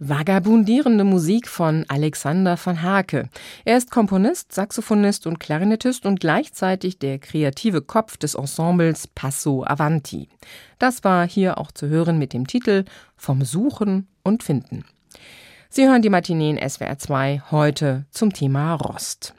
Vagabundierende Musik von Alexander von Hake. Er ist Komponist, Saxophonist und Klarinettist und gleichzeitig der kreative Kopf des Ensembles Passo Avanti. Das war hier auch zu hören mit dem Titel Vom Suchen und Finden. Sie hören die Matinee in SWR 2 heute zum Thema Rost.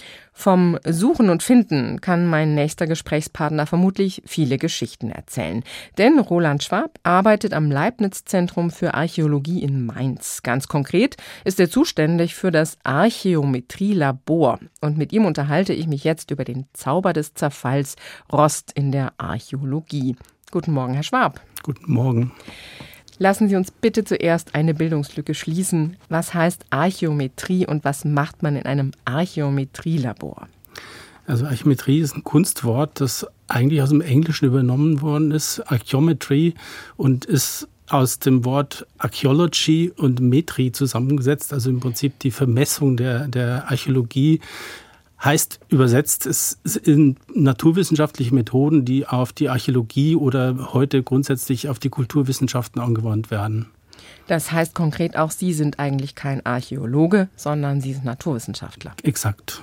Vom Suchen und Finden kann mein nächster Gesprächspartner vermutlich viele Geschichten erzählen. Denn Roland Schwab arbeitet am Leibniz-Zentrum für Archäologie in Mainz. Ganz konkret ist er zuständig für das Archäometrie-Labor. Und mit ihm unterhalte ich mich jetzt über den Zauber des Zerfalls Rost in der Archäologie. Guten Morgen, Herr Schwab. Guten Morgen. Lassen Sie uns bitte zuerst eine Bildungslücke schließen. Was heißt Archäometrie und was macht man in einem Archäometrie-Labor? Also Archäometrie ist ein Kunstwort, das eigentlich aus dem Englischen übernommen worden ist, Archaeometry, und ist aus dem Wort Archaeology und Metrie zusammengesetzt, also im Prinzip die Vermessung der Archäologie. Heißt übersetzt, es sind naturwissenschaftliche Methoden, die auf die Archäologie oder heute grundsätzlich auf die Kulturwissenschaften angewandt werden. Das heißt konkret auch, Sie sind eigentlich kein Archäologe, sondern Sie sind Naturwissenschaftler. Exakt.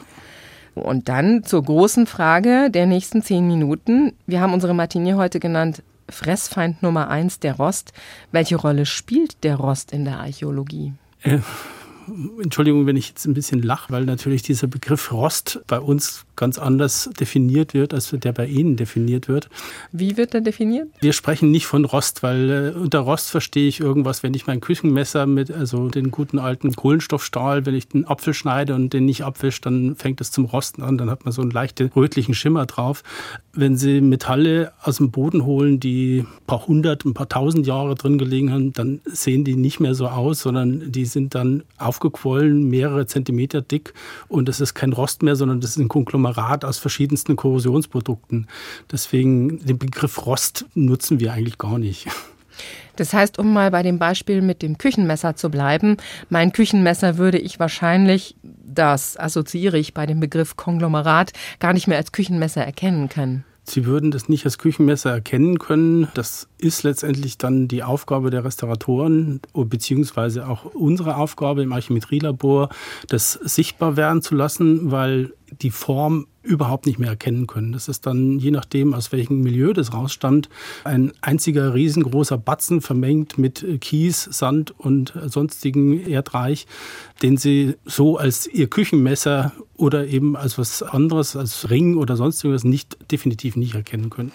Und dann zur großen Frage der nächsten 10 Minuten. Wir haben unsere Matinee heute genannt Fressfeind Nummer 1, der Rost. Welche Rolle spielt der Rost in der Archäologie? Entschuldigung, wenn ich jetzt ein bisschen lache, weil natürlich dieser Begriff Rost bei uns ganz anders definiert wird, als der bei Ihnen definiert wird. Wie wird der definiert? Wir sprechen nicht von Rost, weil unter Rost verstehe ich irgendwas, wenn ich mein Küchenmesser mit, also den guten alten Kohlenstoffstahl, wenn ich den Apfel schneide und den nicht abwische, dann fängt es zum Rosten an, dann hat man so einen leichten rötlichen Schimmer drauf. Wenn Sie Metalle aus dem Boden holen, die ein paar hundert, ein paar tausend Jahre drin gelegen haben, dann sehen die nicht mehr so aus, sondern die sind dann aufgequollen, mehrere Zentimeter dick, und das ist kein Rost mehr, sondern das ist ein Konglomerat aus verschiedensten Korrosionsprodukten. Deswegen den Begriff Rost nutzen wir eigentlich gar nicht. Das heißt, um mal bei dem Beispiel mit dem Küchenmesser zu bleiben, mein Küchenmesser würde ich wahrscheinlich, das assoziiere ich bei dem Begriff Konglomerat, gar nicht mehr als Küchenmesser erkennen können. Sie würden das nicht als Küchenmesser erkennen können. Das ist letztendlich dann die Aufgabe der Restauratoren, beziehungsweise auch unsere Aufgabe im Archäometrielabor, das sichtbar werden zu lassen, weil die Form überhaupt nicht mehr erkennen können. Das ist dann, je nachdem, aus welchem Milieu das rausstammt, ein einziger riesengroßer Batzen vermengt mit Kies, Sand und sonstigen Erdreich, den Sie so als Ihr Küchenmesser oder eben als was anderes, als Ring oder sonst irgendwas definitiv nicht erkennen könnten.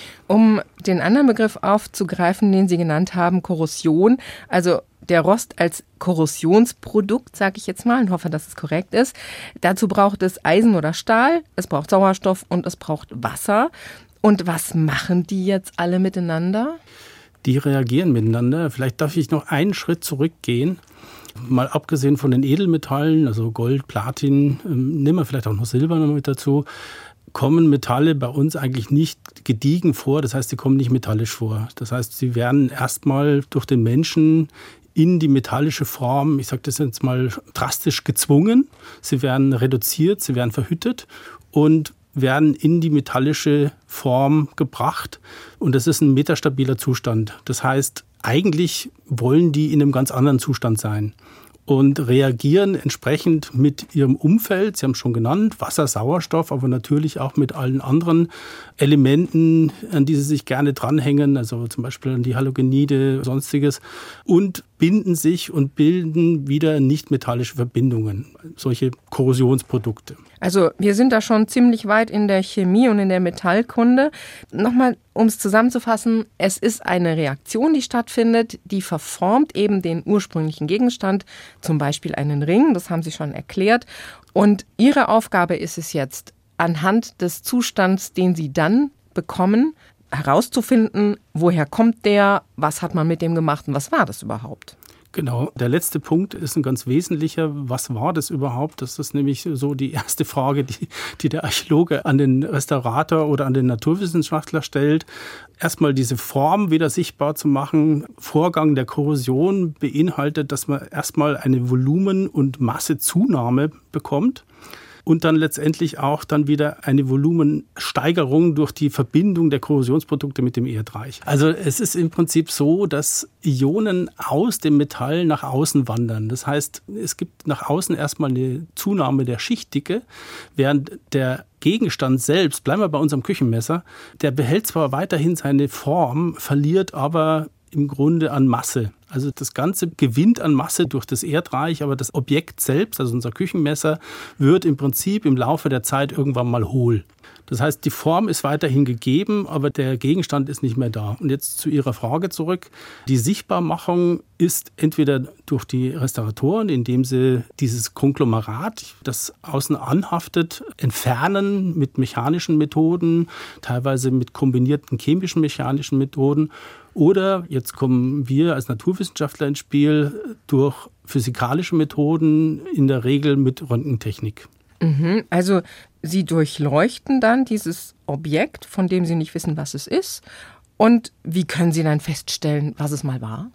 Um den anderen Begriff aufzugreifen, den Sie genannt haben, Korrosion, also der Rost als Korrosionsprodukt, sage ich jetzt mal, und hoffe, dass es korrekt ist. Dazu braucht es Eisen oder Stahl, es braucht Sauerstoff und es braucht Wasser. Und was machen die jetzt alle miteinander? Die reagieren miteinander. Vielleicht darf ich noch einen Schritt zurückgehen. Mal abgesehen von den Edelmetallen, also Gold, Platin, nehmen wir vielleicht auch noch Silber noch mit dazu, kommen Metalle bei uns eigentlich nicht gediegen vor. Das heißt, sie kommen nicht metallisch vor. Das heißt, sie werden erstmal durch den Menschen in die metallische Form, ich sage das jetzt mal drastisch, gezwungen. Sie werden reduziert, sie werden verhüttet und werden in die metallische Form gebracht. Und das ist ein metastabiler Zustand. Das heißt, eigentlich wollen die in einem ganz anderen Zustand sein und reagieren entsprechend mit ihrem Umfeld. Sie haben es schon genannt, Wasser, Sauerstoff, aber natürlich auch mit allen anderen Elementen, an die sie sich gerne dranhängen, also zum Beispiel an die Halogenide, sonstiges, und binden sich und bilden wieder nichtmetallische Verbindungen, solche Korrosionsprodukte. Also wir sind da schon ziemlich weit in der Chemie und in der Metallkunde. Nochmal, um es zusammenzufassen, es ist eine Reaktion, die stattfindet, die verformt eben den ursprünglichen Gegenstand, zum Beispiel einen Ring, das haben Sie schon erklärt. Und Ihre Aufgabe ist es jetzt, anhand des Zustands, den Sie dann bekommen, herauszufinden, woher kommt der, was hat man mit dem gemacht und was war das überhaupt? Genau, der letzte Punkt ist ein ganz wesentlicher. Was war das überhaupt? Das ist nämlich so die erste Frage, die der Archäologe an den Restaurator oder an den Naturwissenschaftler stellt. Erstmal diese Form wieder sichtbar zu machen. Vorgang der Korrosion beinhaltet, dass man erstmal eine Volumen- und Massezunahme bekommt. und dann letztendlich auch dann wieder eine Volumensteigerung durch die Verbindung der Korrosionsprodukte mit dem Erdreich. Also es ist im Prinzip so, dass Ionen aus dem Metall nach außen wandern. Das heißt, es gibt nach außen erstmal eine Zunahme der Schichtdicke, während der Gegenstand selbst, bleiben wir bei unserem Küchenmesser, der behält zwar weiterhin seine Form, verliert aber im Grunde an Masse. Also das Ganze gewinnt an Masse durch das Erdreich, aber das Objekt selbst, also unser Küchenmesser, wird im Prinzip im Laufe der Zeit irgendwann mal hohl. Das heißt, die Form ist weiterhin gegeben, aber der Gegenstand ist nicht mehr da. Und jetzt zu Ihrer Frage zurück. Die Sichtbarmachung ist entweder durch die Restauratoren, indem sie dieses Konglomerat, das außen anhaftet, entfernen mit mechanischen Methoden, teilweise mit kombinierten chemischen mechanischen Methoden. Oder jetzt kommen wir als Naturwissenschaftler ins Spiel durch physikalische Methoden, in der Regel mit Röntgentechnik. Also Sie durchleuchten dann dieses Objekt, von dem Sie nicht wissen, was es ist. Und wie können Sie dann feststellen, was es mal war?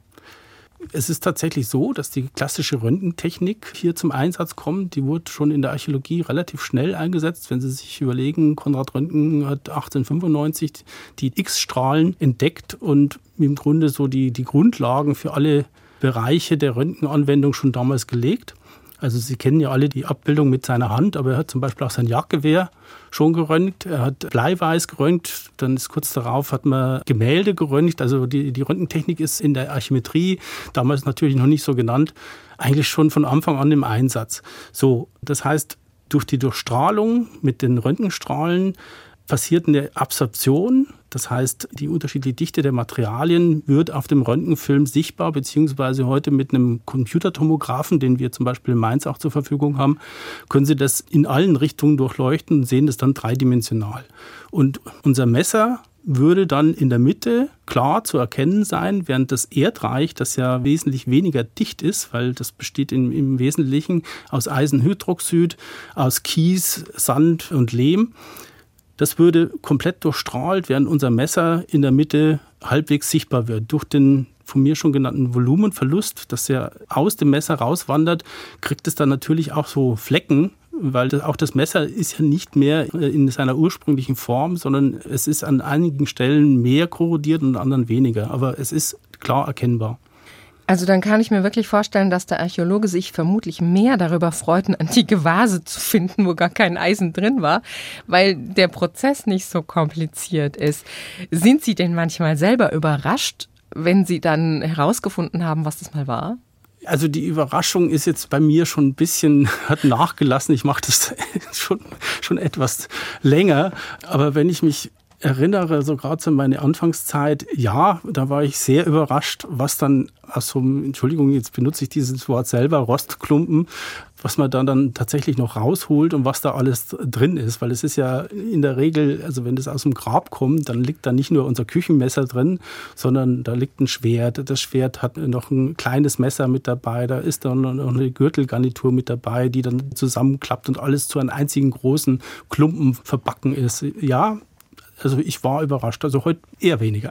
Es ist tatsächlich so, dass die klassische Röntgentechnik hier zum Einsatz kommt. Die wurde schon in der Archäologie relativ schnell eingesetzt. Wenn Sie sich überlegen, Konrad Röntgen hat 1895 die X-Strahlen entdeckt und im Grunde so die Grundlagen für alle Bereiche der Röntgenanwendung schon damals gelegt. Also Sie kennen ja alle die Abbildung mit seiner Hand, aber er hat zum Beispiel auch sein Jagdgewehr schon geröntgt. Er hat Bleiweiß geröntgt, dann ist kurz darauf hat man Gemälde geröntgt. Also die Röntgentechnik ist in der Archimetrie, damals natürlich noch nicht so genannt, eigentlich schon von Anfang an im Einsatz. So, das heißt, durch die Durchstrahlung mit den Röntgenstrahlen passiert eine Absorption. Das heißt, die unterschiedliche Dichte der Materialien wird auf dem Röntgenfilm sichtbar, beziehungsweise heute mit einem Computertomographen, den wir zum Beispiel in Mainz auch zur Verfügung haben, können Sie das in allen Richtungen durchleuchten und sehen das dann dreidimensional. Und unser Messer würde dann in der Mitte klar zu erkennen sein, während das Erdreich, das ja wesentlich weniger dicht ist, weil das besteht im Wesentlichen aus Eisenhydroxid, aus Kies, Sand und Lehm. Das würde komplett durchstrahlt, während unser Messer in der Mitte halbwegs sichtbar wird. Durch den von mir schon genannten Volumenverlust, das ja aus dem Messer rauswandert, kriegt es dann natürlich auch so Flecken, weil auch das Messer ist ja nicht mehr in seiner ursprünglichen Form, sondern es ist an einigen Stellen mehr korrodiert und an anderen weniger. Aber es ist klar erkennbar. Also dann kann ich mir wirklich vorstellen, dass der Archäologe sich vermutlich mehr darüber freut, eine antike Vase zu finden, wo gar kein Eisen drin war, weil der Prozess nicht so kompliziert ist. Sind Sie denn manchmal selber überrascht, wenn Sie dann herausgefunden haben, was das mal war? Also die Überraschung ist jetzt bei mir schon ein bisschen, hat nachgelassen. Ich mache das schon etwas länger. Aber wenn ich mich erinnere, so gerade zu meiner Anfangszeit, ja, da war ich sehr überrascht, was dann aus so einem, Entschuldigung, jetzt benutze ich dieses Wort selber, Rostklumpen, was man dann tatsächlich noch rausholt und was da alles drin ist. Weil es ist ja in der Regel, also wenn das aus dem Grab kommt, dann liegt da nicht nur unser Küchenmesser drin, sondern da liegt ein Schwert. Das Schwert hat noch ein kleines Messer mit dabei, da ist dann noch eine Gürtelgarnitur mit dabei, die dann zusammenklappt und alles zu einem einzigen großen Klumpen verbacken ist. Ja, also ich war überrascht, also heute eher weniger.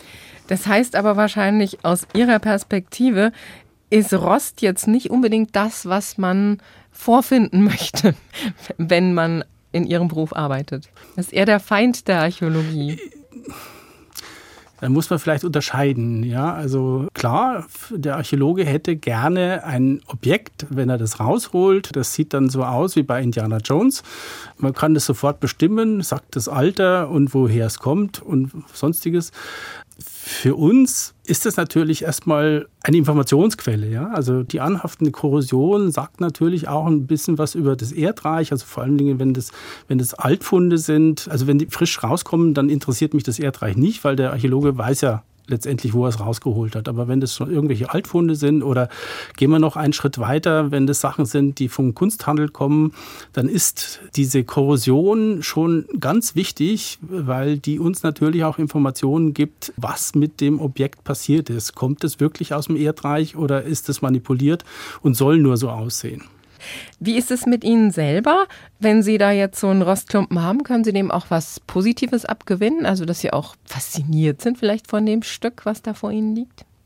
Das heißt aber wahrscheinlich aus Ihrer Perspektive ist Rost jetzt nicht unbedingt das, was man vorfinden möchte, wenn man in Ihrem Beruf arbeitet. Das ist eher der Feind der Archäologie. Da muss man vielleicht unterscheiden. Ja, also klar, der Archäologe hätte gerne ein Objekt, wenn er das rausholt. Das sieht dann so aus wie bei Indiana Jones. Man kann das sofort bestimmen, sagt das Alter und woher es kommt und Sonstiges. Für uns ist das natürlich erstmal eine Informationsquelle. Ja? Also die anhaftende Korrosion sagt natürlich auch ein bisschen was über das Erdreich. Also vor allen Dingen, wenn das Altfunde sind, also wenn die frisch rauskommen, dann interessiert mich das Erdreich nicht, weil der Archäologe weiß ja letztendlich, wo er es rausgeholt hat. Aber wenn das schon irgendwelche Altfunde sind oder gehen wir noch einen Schritt weiter, wenn das Sachen sind, die vom Kunsthandel kommen, dann ist diese Korrosion schon ganz wichtig, weil die uns natürlich auch Informationen gibt, was mit dem Objekt passiert ist. Kommt es wirklich aus dem Erdreich oder ist es manipuliert und soll nur so aussehen? Wie ist es mit Ihnen selber? Wenn Sie da jetzt so einen Rostklumpen haben, können Sie dem auch was Positives abgewinnen? Also, dass Sie auch fasziniert sind vielleicht von dem Stück, was da vor Ihnen liegt?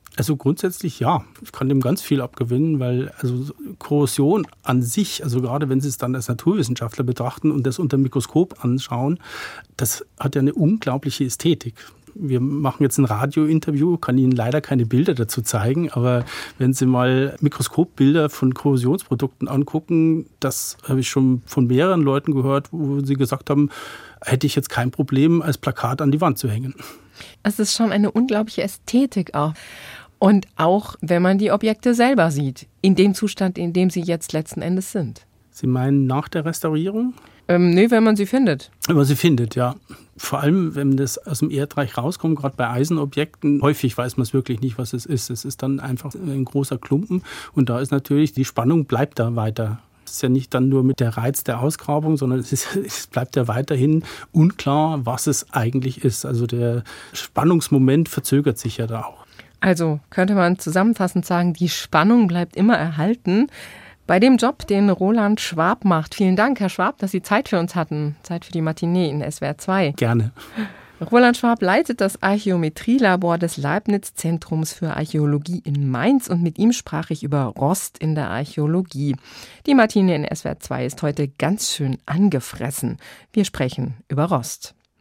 Also grundsätzlich ja, ich kann dem ganz viel abgewinnen, weil also Korrosion an sich, also gerade wenn Sie es dann als Naturwissenschaftler betrachten und das unter dem Mikroskop anschauen, das hat ja eine unglaubliche Ästhetik. Wir machen jetzt ein Radiointerview, kann Ihnen leider keine Bilder dazu zeigen, aber wenn Sie mal Mikroskopbilder von Korrosionsprodukten angucken, das habe ich schon von mehreren Leuten gehört, wo sie gesagt haben, hätte ich jetzt kein Problem, als Plakat an die Wand zu hängen. Es ist schon eine unglaubliche Ästhetik auch. Und auch, wenn man die Objekte selber sieht, in dem Zustand, in dem sie jetzt letzten Endes sind. Sie meinen nach der Restaurierung? Nee, wenn man sie findet. Wenn man sie findet, ja. Vor allem, wenn das aus dem Erdreich rauskommt, gerade bei Eisenobjekten, häufig weiß man es wirklich nicht, was es ist. Es ist dann einfach ein großer Klumpen und da ist natürlich, die Spannung bleibt da weiter. Es ist ja nicht dann nur mit der Reiz der Ausgrabung, sondern es bleibt ja weiterhin unklar, was es eigentlich ist. Also der Spannungsmoment verzögert sich ja da auch. Also könnte man zusammenfassend sagen, die Spannung bleibt immer erhalten. Bei dem Job, den Roland Schwab macht. Vielen Dank, Herr Schwab, dass Sie Zeit für uns hatten. Zeit für die Matinee in SWR 2. Gerne. Roland Schwab leitet das Archäometrielabor des Leibniz-Zentrums für Archäologie in Mainz und mit ihm sprach ich über Rost in der Archäologie. Die Matinee in SWR 2 ist heute ganz schön angefressen. Wir sprechen über Rost.